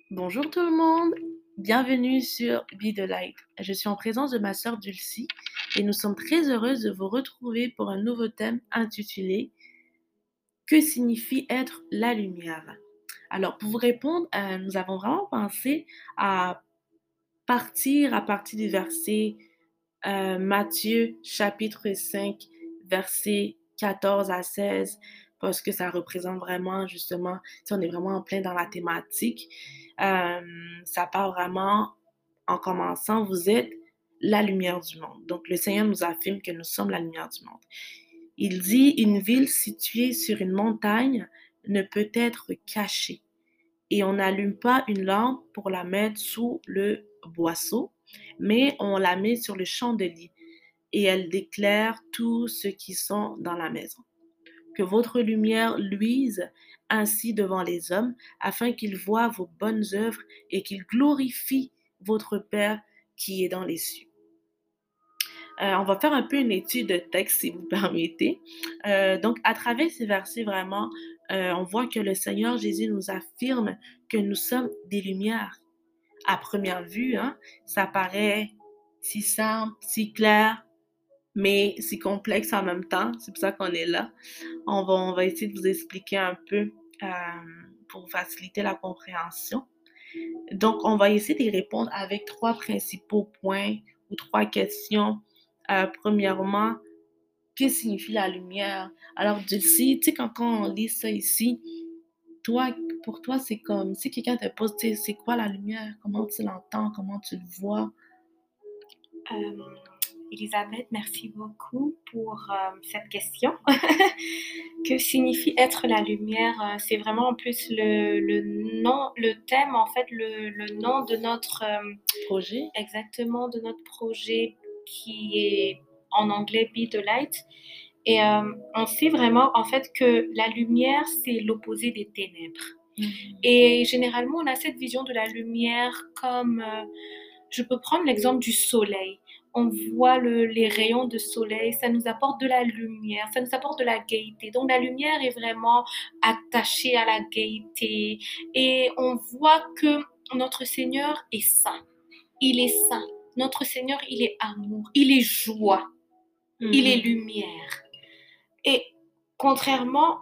Bonjour tout le monde, bienvenue sur Be the Light. Je suis en présence de ma sœur Dulcie et nous sommes très heureuses de vous retrouver pour un nouveau thème intitulé Que signifie être la lumière? Alors pour vous répondre, nous avons vraiment pensé à partir du verset Matthieu chapitre 5 versets 14 à 16 parce que ça représente vraiment justement, si on est vraiment en plein dans la thématique. Ça parle vraiment en commençant, vous êtes la lumière du monde. Donc le Seigneur nous affirme que nous sommes la lumière du monde. Il dit, une ville située sur une montagne ne peut être cachée et on n'allume pas une lampe pour la mettre sous le boisseau, mais on la met sur le champ de lit et elle éclaire tous ceux qui sont dans la maison. Que votre lumière luise ainsi devant les hommes, afin qu'ils voient vos bonnes œuvres et qu'ils glorifient votre Père qui est dans les cieux. On va faire un peu une étude de texte, si vous permettez. Donc, à travers ces versets, vraiment, on voit que le Seigneur Jésus nous affirme que nous sommes des lumières. À première vue, hein, ça paraît si simple, si clair, mais si complexe en même temps. C'est pour ça qu'on est là. On va essayer de vous expliquer un peu euh, pour faciliter la compréhension. Donc, on va essayer d'y répondre avec trois principaux points ou trois questions. Premièrement, que signifie la lumière? Alors, Dulcie, tu sais, quand on lit ça ici, toi, pour toi, c'est comme si quelqu'un te pose, tu sais, c'est quoi la lumière? Comment tu l'entends? Comment tu le vois? Euh, Elisabeth, merci beaucoup pour cette question. Que signifie être la lumière? C'est vraiment en plus le nom, le thème, en fait, le nom de notre, Projet? exactement, de notre projet qui est en anglais Be the Light. Et on sait vraiment, en fait, que la lumière, c'est l'opposé des ténèbres. Mhm. Et généralement, on a cette vision de la lumière comme, je peux prendre l'exemple du soleil. On voit les rayons de soleil, ça nous apporte de la lumière, ça nous apporte de la gaieté. Donc la lumière est vraiment attachée à la gaieté. Et on voit que notre Seigneur est saint. Il est saint. Notre Seigneur, il est amour, il est joie, il est Mhm. lumière. Et contrairement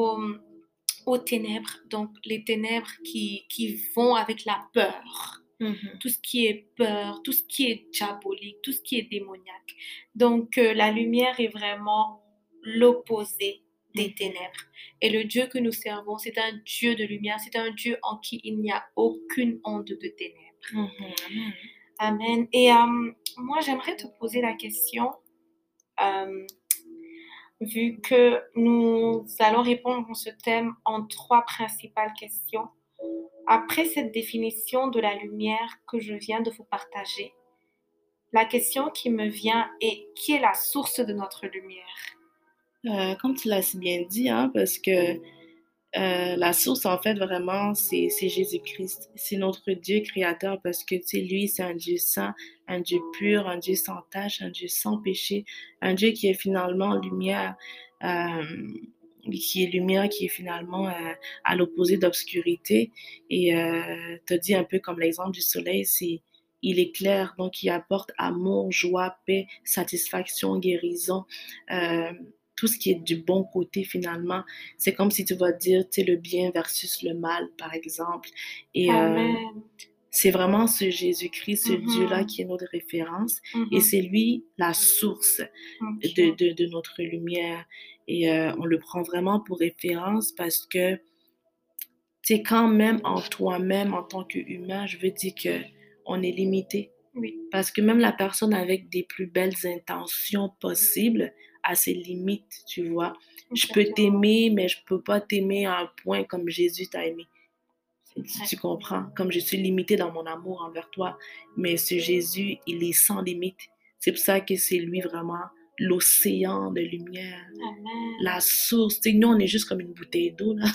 aux ténèbres, donc les ténèbres qui vont avec la peur, Mhm. tout ce qui est peur, tout ce qui est diabolique, tout ce qui est démoniaque. Donc la lumière est vraiment l'opposé des Mhm. ténèbres. Et le Dieu que nous servons, c'est un Dieu de lumière, c'est un Dieu en qui il n'y a aucune onde de ténèbres. Mhm. Amen. Amen. Et moi, j'aimerais te poser la question, euh, vu que nous allons répondre à ce thème en trois principales questions. Après cette définition de la lumière que je viens de vous partager, la question qui me vient est qui est la source de notre lumière? Comme tu l'as si bien dit, hein, parce que la source, en fait, vraiment, c'est Jésus-Christ. C'est notre Dieu créateur parce que, tu sais, lui, c'est un Dieu saint, un Dieu pur, un Dieu sans tache, un Dieu sans péché, un Dieu qui est finalement lumière, euh, qui est lumière, qui est finalement à l'opposé d'obscurité. Et tu as dit un peu comme l'exemple du soleil, il éclaire, donc il apporte amour, joie, paix, satisfaction, guérison. euh, tout ce qui est du bon côté finalement. C'est comme si tu vas dire, tu sais, le bien versus le mal, par exemple. Et Amen. c'est vraiment ce Jésus-Christ, ce Dieu-là Mhm. qui est notre référence. Et Mhm. c'est lui la source Ok. de notre lumière. Et on le prend vraiment pour référence parce que, tu sais, quand même en toi-même, en tant qu'humain, je veux dire que on est limité. Oui, Parce que même la personne avec des plus belles intentions possibles a ses limites, tu vois. Je peux exactement. t'aimer, mais je peux pas t'aimer à un point comme Jésus t'a aimé. C'est Tu, vrai. tu comprends? Comme je suis limitée dans mon amour envers toi, mais ce Jésus, il est sans limite. C'est pour ça que c'est lui vraiment l'océan de lumière, Amen. la source. Tu sais, nous, on est juste comme une bouteille d'eau, là.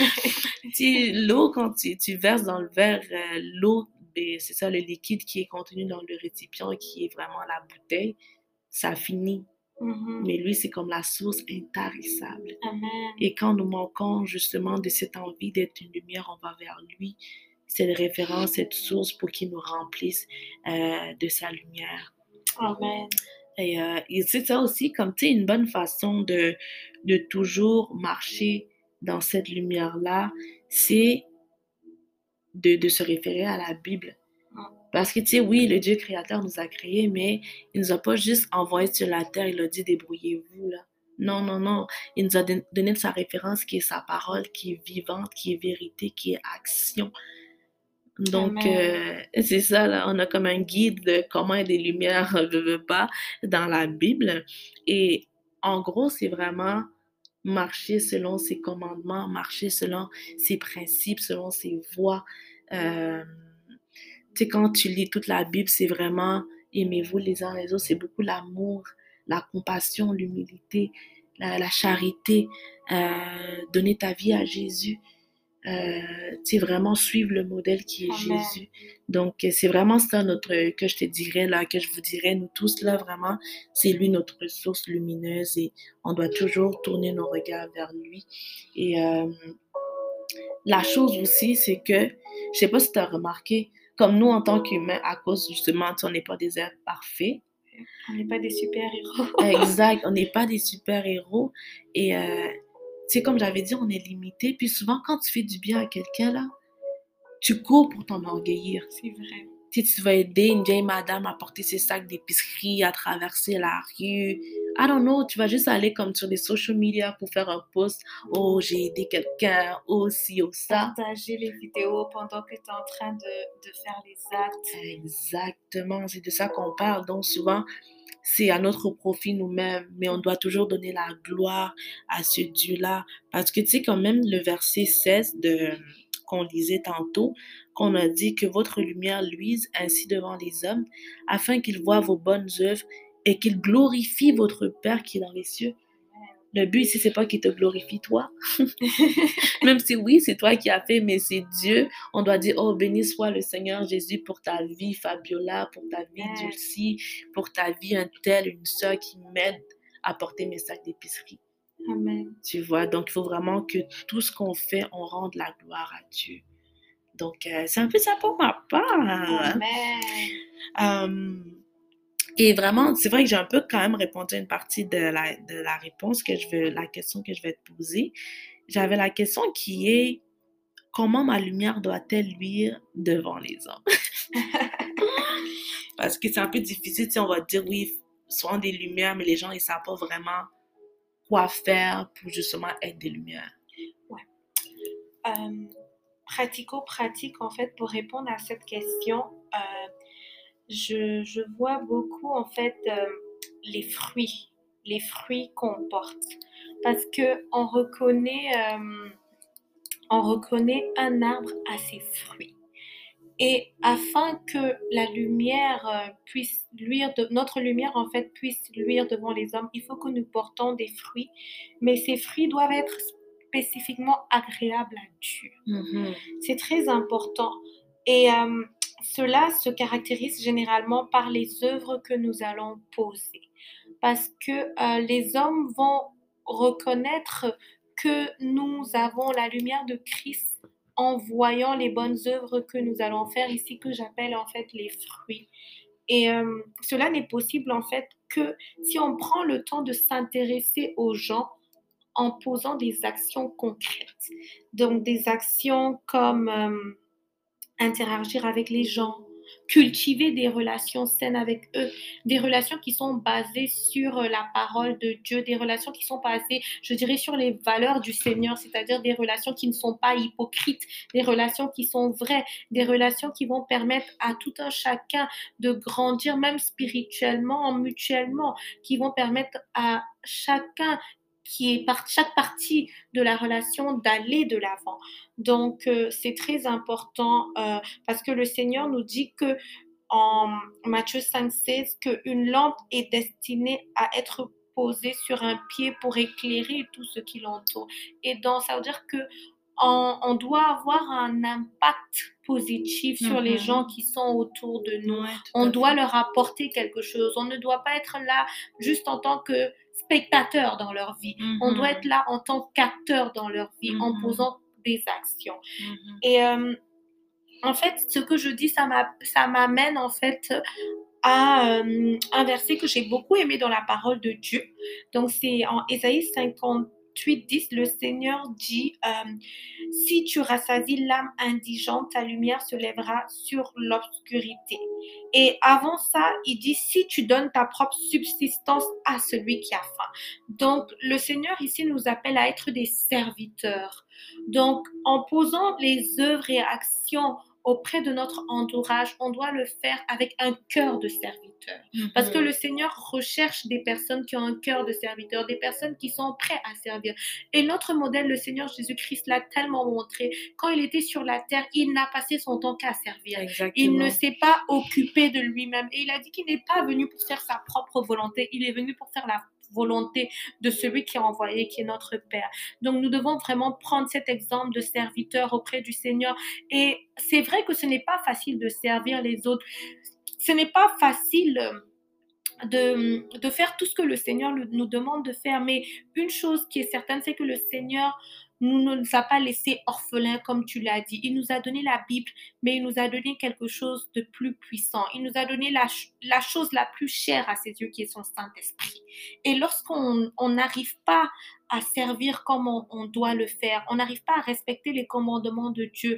Tu sais, l'eau, quand tu verses dans le verre, l'eau, ben, c'est ça, le liquide qui est contenu dans le récipient, qui est vraiment la bouteille, ça finit. Mhm. Mais lui, c'est comme la source intarissable. Amen. Et quand nous manquons justement de cette envie d'être une lumière, on va vers lui. cette référence, cette source pour qu'il nous remplisse de sa lumière. Amen. Et c'est ça aussi, comme tu sais, une bonne façon de toujours marcher dans cette lumière-là, c'est de se référer à la Bible. Parce que, tu sais, oui, le Dieu créateur nous a créés, mais il nous a pas juste envoyés sur la terre, il a dit débrouillez-vous, là. Non, non, non. Il nous a donné de sa référence qui est sa parole, qui est vivante, qui est vérité, qui est action. Donc, c'est ça, là. On a comme un guide de comment des lumières ne veut pas dans la Bible. Et en gros, c'est vraiment marcher selon ses commandements, marcher selon ses principes, selon ses voies. Euh, Tu sais, quand tu lis toute la Bible, c'est vraiment aimez-vous les uns les autres. C'est beaucoup l'amour, la compassion, l'humilité, la charité, donner ta vie à Jésus. Tu sais, vraiment suivre le modèle qui est Amen. Jésus. Donc, c'est vraiment ça que je te dirais là, que je vous dirais, nous tous là, vraiment, c'est lui notre source lumineuse et on doit toujours tourner nos regards vers lui. Et la chose aussi, c'est que, je sais pas si tu as remarqué, comme nous en tant qu'humains, à cause justement, on n'est pas des êtres parfaits. On n'est pas des super-héros. Exact, on n'est pas des super-héros. Et tu sais, comme j'avais dit, on est limité. Puis souvent, quand tu fais du bien à quelqu'un, là, tu cours pour t'enorgueillir. C'est vrai. Tu vas aider une vieille madame à porter ses sacs d'épicerie, à traverser la rue. I don't know, tu vas juste aller comme sur les social media pour faire un post. Oh, j'ai aidé quelqu'un, oh, ci, oh, ça. Partager les vidéos pendant que tu es en train de faire les actes. Exactement, c'est de ça qu'on parle. Donc souvent, c'est à notre profit nous-mêmes, mais on doit toujours donner la gloire à ce Dieu-là. Parce que tu sais, quand même, le verset 16 qu'on lisait tantôt, qu'on a dit que votre lumière luise ainsi devant les hommes, afin qu'ils voient vos bonnes œuvres et qu'ils glorifient votre Père qui est dans les cieux. Le but ici, c'est pas qu'il te glorifie toi. Même si oui, c'est toi qui as fait, mais c'est Dieu. On doit dire, oh, béni soit le Seigneur Jésus pour ta vie, Fabiola, pour ta vie, Dulcie, pour ta vie, un tel, une soeur qui m'aide à porter mes sacs d'épicerie. Amen. Tu vois, donc il faut vraiment que tout ce qu'on fait, on rende la gloire à Dieu. Donc, c'est un peu ça pour ma part. Amen. Et vraiment, c'est vrai que j'ai un peu quand même répondu à une partie de la réponse la question que je vais te poser. J'avais la question qui est comment ma lumière doit-elle luire devant les hommes? Parce que c'est un peu difficile, tu sais, on va dire oui, souvent des lumières, mais les gens ils savent pas vraiment quoi faire pour justement être des lumières. Ouais. Pratico-pratique, en fait, pour répondre à cette question, je vois beaucoup, en fait, les fruits qu'on porte. Parce qu'on reconnaît, un arbre à ses fruits. Et afin que la lumière puisse luire, notre lumière en fait puisse luire devant les hommes, il faut que nous portons des fruits, mais ces fruits doivent être spécifiquement agréables à Dieu. Mm-hmm. C'est très important. Et cela se caractérise généralement par les œuvres que nous allons poser. Parce que les hommes vont reconnaître que nous avons la lumière de Christ en voyant les bonnes œuvres que nous allons faire ici, que j'appelle en fait les fruits. Et cela n'est possible en fait que si on prend le temps de s'intéresser aux gens en posant des actions concrètes. Donc des actions comme interagir avec les gens, cultiver des relations saines avec eux, des relations qui sont basées sur la parole de Dieu, des relations qui sont basées, je dirais, sur les valeurs du Seigneur, c'est-à-dire des relations qui ne sont pas hypocrites, des relations qui sont vraies, des relations qui vont permettre à tout un chacun de grandir, même spirituellement, mutuellement, qui vont permettre à chacun qui est chaque partie de la relation d'aller de l'avant. Donc, c'est très important parce que le Seigneur nous dit que en Matthieu 5,16 qu'une lampe est destinée à être posée sur un pied pour éclairer tout ce qui l'entoure. Et donc, ça veut dire que on doit avoir un impact positif sur les gens qui sont autour de nous. On doit leur apporter quelque chose. On ne doit pas être là juste en tant que spectateur dans leur vie. On doit être là en tant qu'acteur dans leur vie en posant des actions. Et En fait, ce que je dis, ça m'amène en fait à un verset que j'ai beaucoup aimé dans la parole de Dieu. Donc, c'est en Ésaïe 58:10, le Seigneur dit si tu rassasies l'âme indigente, ta lumière se lèvera sur l'obscurité. Et avant ça, il dit si tu donnes ta propre subsistance à celui qui a faim. Donc, le Seigneur ici nous appelle à être des serviteurs. Donc, en posant les œuvres et actions auprès de notre entourage, on doit le faire avec un cœur de serviteur. Parce que le Seigneur recherche des personnes qui ont un cœur de serviteur, des personnes qui sont prêtes à servir. Et notre modèle, le Seigneur Jésus-Christ, l'a tellement montré. Quand il était sur la terre, il n'a passé son temps qu'à servir. Exactement. Il ne s'est pas occupé de lui-même. Et il a dit qu'il n'est pas venu pour faire sa propre volonté. Il est venu pour faire la volonté de celui qui a envoyé, qui est notre Père. Donc, nous devons vraiment prendre cet exemple de serviteur auprès du Seigneur. Et c'est vrai que ce n'est pas facile de servir les autres. Ce n'est pas facile de faire tout ce que le Seigneur nous demande de faire. Mais une chose qui est certaine, c'est que le Seigneur ne nous a pas laissés orphelins, comme tu l'as dit. Il nous a donné la Bible, mais il nous a donné quelque chose de plus puissant. Il nous a donné la chose la plus chère à ses yeux, qui est son Saint-Esprit. Et lorsqu'on n'arrive pas à servir comme on doit le faire, on n'arrive pas à respecter les commandements de Dieu,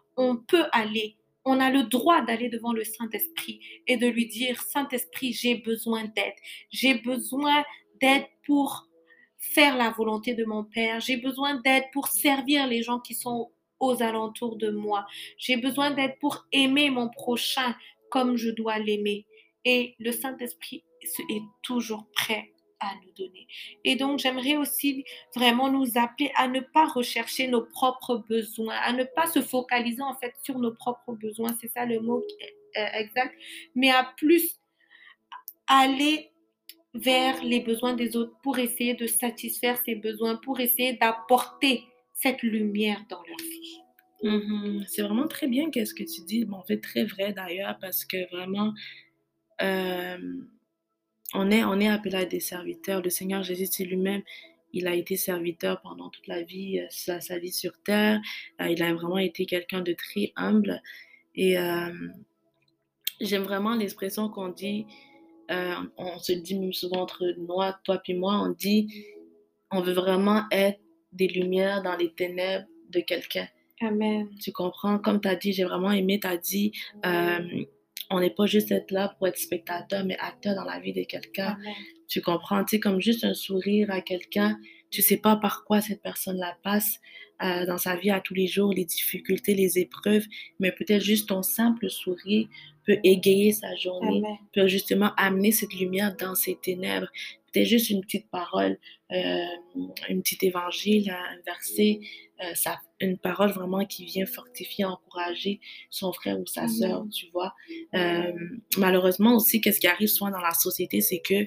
on a le droit d'aller devant le Saint-Esprit et de lui dire, Saint-Esprit, j'ai besoin d'aide. J'ai besoin d'aide pour faire la volonté de mon Père. J'ai besoin d'aide pour servir les gens qui sont aux alentours de moi. J'ai besoin d'aide pour aimer mon prochain comme je dois l'aimer. Et le Saint-Esprit est toujours prêt à nous donner. Et donc, j'aimerais aussi vraiment nous appeler à ne pas rechercher nos propres besoins, à ne pas se focaliser en fait sur nos propres besoins, c'est ça le mot exact, mais à plus aller vers les besoins des autres pour essayer de satisfaire ces besoins, pour essayer d'apporter cette lumière dans leur vie. C'est vraiment très bien qu'est-ce que tu dis. Bon, en fait, très vrai d'ailleurs, parce que vraiment, euh, on est appelé à des serviteurs. Le Seigneur Jésus, c'est lui-même, il a été serviteur pendant toute la vie, sa vie sur terre. Il a vraiment été quelqu'un de très humble. Et j'aime vraiment l'expression qu'on dit, on se le dit même souvent entre toi puis moi, on dit, on veut vraiment être des lumières dans les ténèbres de quelqu'un. Amen. Tu comprends? Comme tu as dit, j'ai vraiment aimé, tu as dit, on n'est pas juste être là pour être spectateur, mais acteur dans la vie de quelqu'un. Amen. Tu comprends? Tu sais, comme juste un sourire à quelqu'un, tu sais pas par quoi cette personne-là passe dans sa vie à tous les jours, les difficultés, les épreuves, mais peut-être juste ton simple sourire peut égayer sa journée, Amen. peut justement amener cette lumière dans ses ténèbres. Peut-être juste une petite parole, une petite évangile, un verset, une parole vraiment qui vient fortifier, encourager son frère ou sa sœur, tu vois. Malheureusement aussi, qu'est-ce qui arrive souvent dans la société, c'est que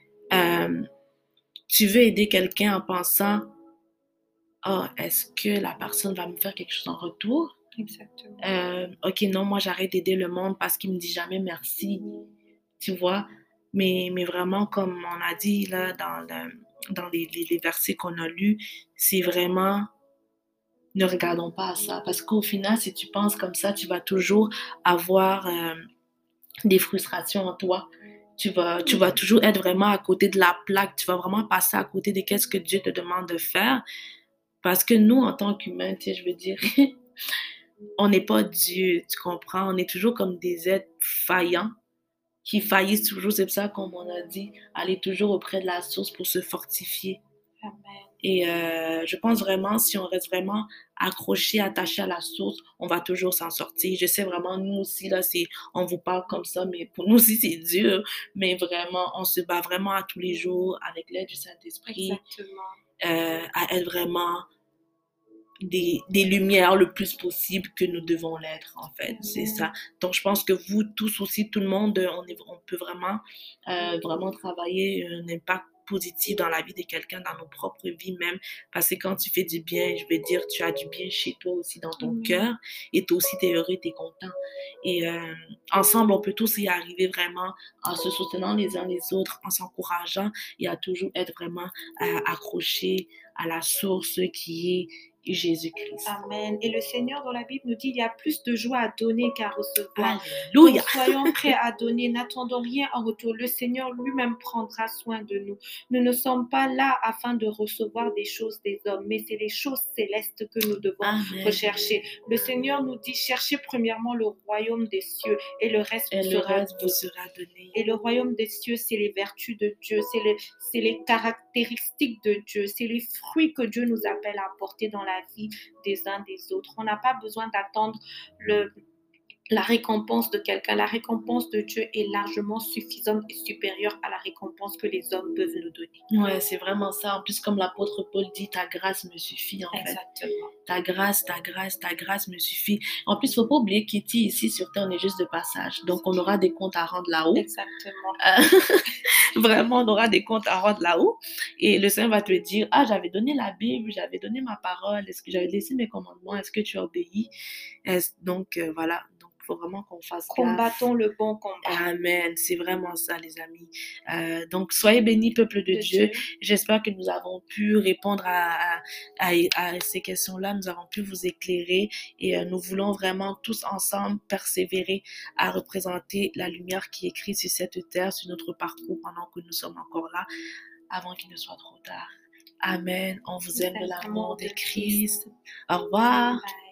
tu veux aider quelqu'un en pensant, oh, est-ce que la personne va me faire quelque chose en retour? Exactement. Ok, non, moi j'arrête d'aider le monde parce qu'il me dit jamais merci, tu vois. Mais vraiment, comme on a dit là dans les versets qu'on a lus, c'est vraiment, ne regardons pas à ça. Parce qu'au final, si tu penses comme ça, tu vas toujours avoir des frustrations en toi. Tu vas toujours être vraiment à côté de la plaque. Tu vas vraiment passer à côté de qu'est-ce que Dieu te demande de faire. Parce que nous, en tant qu'humains, tu sais, je veux dire, on n'est pas Dieu, tu comprends? On est toujours comme des êtres faillants qui faillissent toujours. C'est pour ça, comme on a dit, aller toujours auprès de la source pour se fortifier. Amen. Et je pense vraiment, si on reste vraiment accroché, attaché à la source, on va toujours s'en sortir. Je sais vraiment, nous aussi, là, on vous parle comme ça, mais pour nous aussi, c'est dur. Mais vraiment, on se bat vraiment à tous les jours avec l'aide du Saint-Esprit, à être vraiment des lumières le plus possible que nous devons l'être, en fait. C'est ça. Donc, je pense que vous tous aussi, tout le monde, on peut vraiment, vraiment travailler un impact positif dans la vie de quelqu'un, dans nos propres vies même. Parce que quand tu fais du bien, je veux dire, tu as du bien chez toi aussi, dans ton cœur. Et toi aussi, tu es heureux, tu es content. Et ensemble, on peut tous y arriver vraiment en se soutenant les uns les autres, en s'encourageant et à toujours être vraiment accrochés à la source Jésus-Christ. Amen. Et le Seigneur, dans la Bible, nous dit il y a plus de joie à donner qu'à recevoir. Alléluia. Donc, soyons prêts à donner, n'attendons rien en retour. Le Seigneur lui-même prendra soin de nous. Nous ne sommes pas là afin de recevoir des choses des hommes, mais c'est les choses célestes que nous devons Amen. rechercher. Le Seigneur nous dit cherchez premièrement le royaume des cieux et le reste Et vous le sera reste vous donné. sera donné. Et le royaume des cieux, c'est les vertus de Dieu, c'est les caractéristiques de Dieu, c'est les fruits que Dieu nous appelle à apporter dans la vie des uns des autres. On n'a pas besoin d'attendre la récompense de quelqu'un. La récompense de Dieu est largement suffisante et supérieure à la récompense que les hommes peuvent nous donner. Ouais, c'est vraiment ça. En plus, comme l'apôtre Paul dit, ta grâce me suffit, en fait. Exactement. Ta grâce me suffit. En plus, faut pas oublier qu'Iti, ici sur Terre, on est juste de passage. Donc, on aura des comptes à rendre là-haut. Exactement. Vraiment, on aura des comptes à rendre là-haut. Et le Seigneur va te dire, ah, j'avais donné la Bible, j'avais donné ma parole, est-ce que j'avais laissé mes commandements, est-ce que tu as obéi? Donc, voilà. Donc, il faut vraiment qu'on fasse gaffe. Combattons le bon combat. Amen. C'est vraiment ça, les amis. Donc, soyez bénis, peuple de Dieu. J'espère que nous avons pu répondre à ces questions-là. Nous avons pu vous éclairer et nous voulons vraiment tous ensemble persévérer à représenter la lumière qui est écrite sur cette terre, sur notre parcours pendant que nous sommes encore là, avant qu'il ne soit trop tard. Amen. On vous aime de l'amour de Christ. Au revoir. Bye.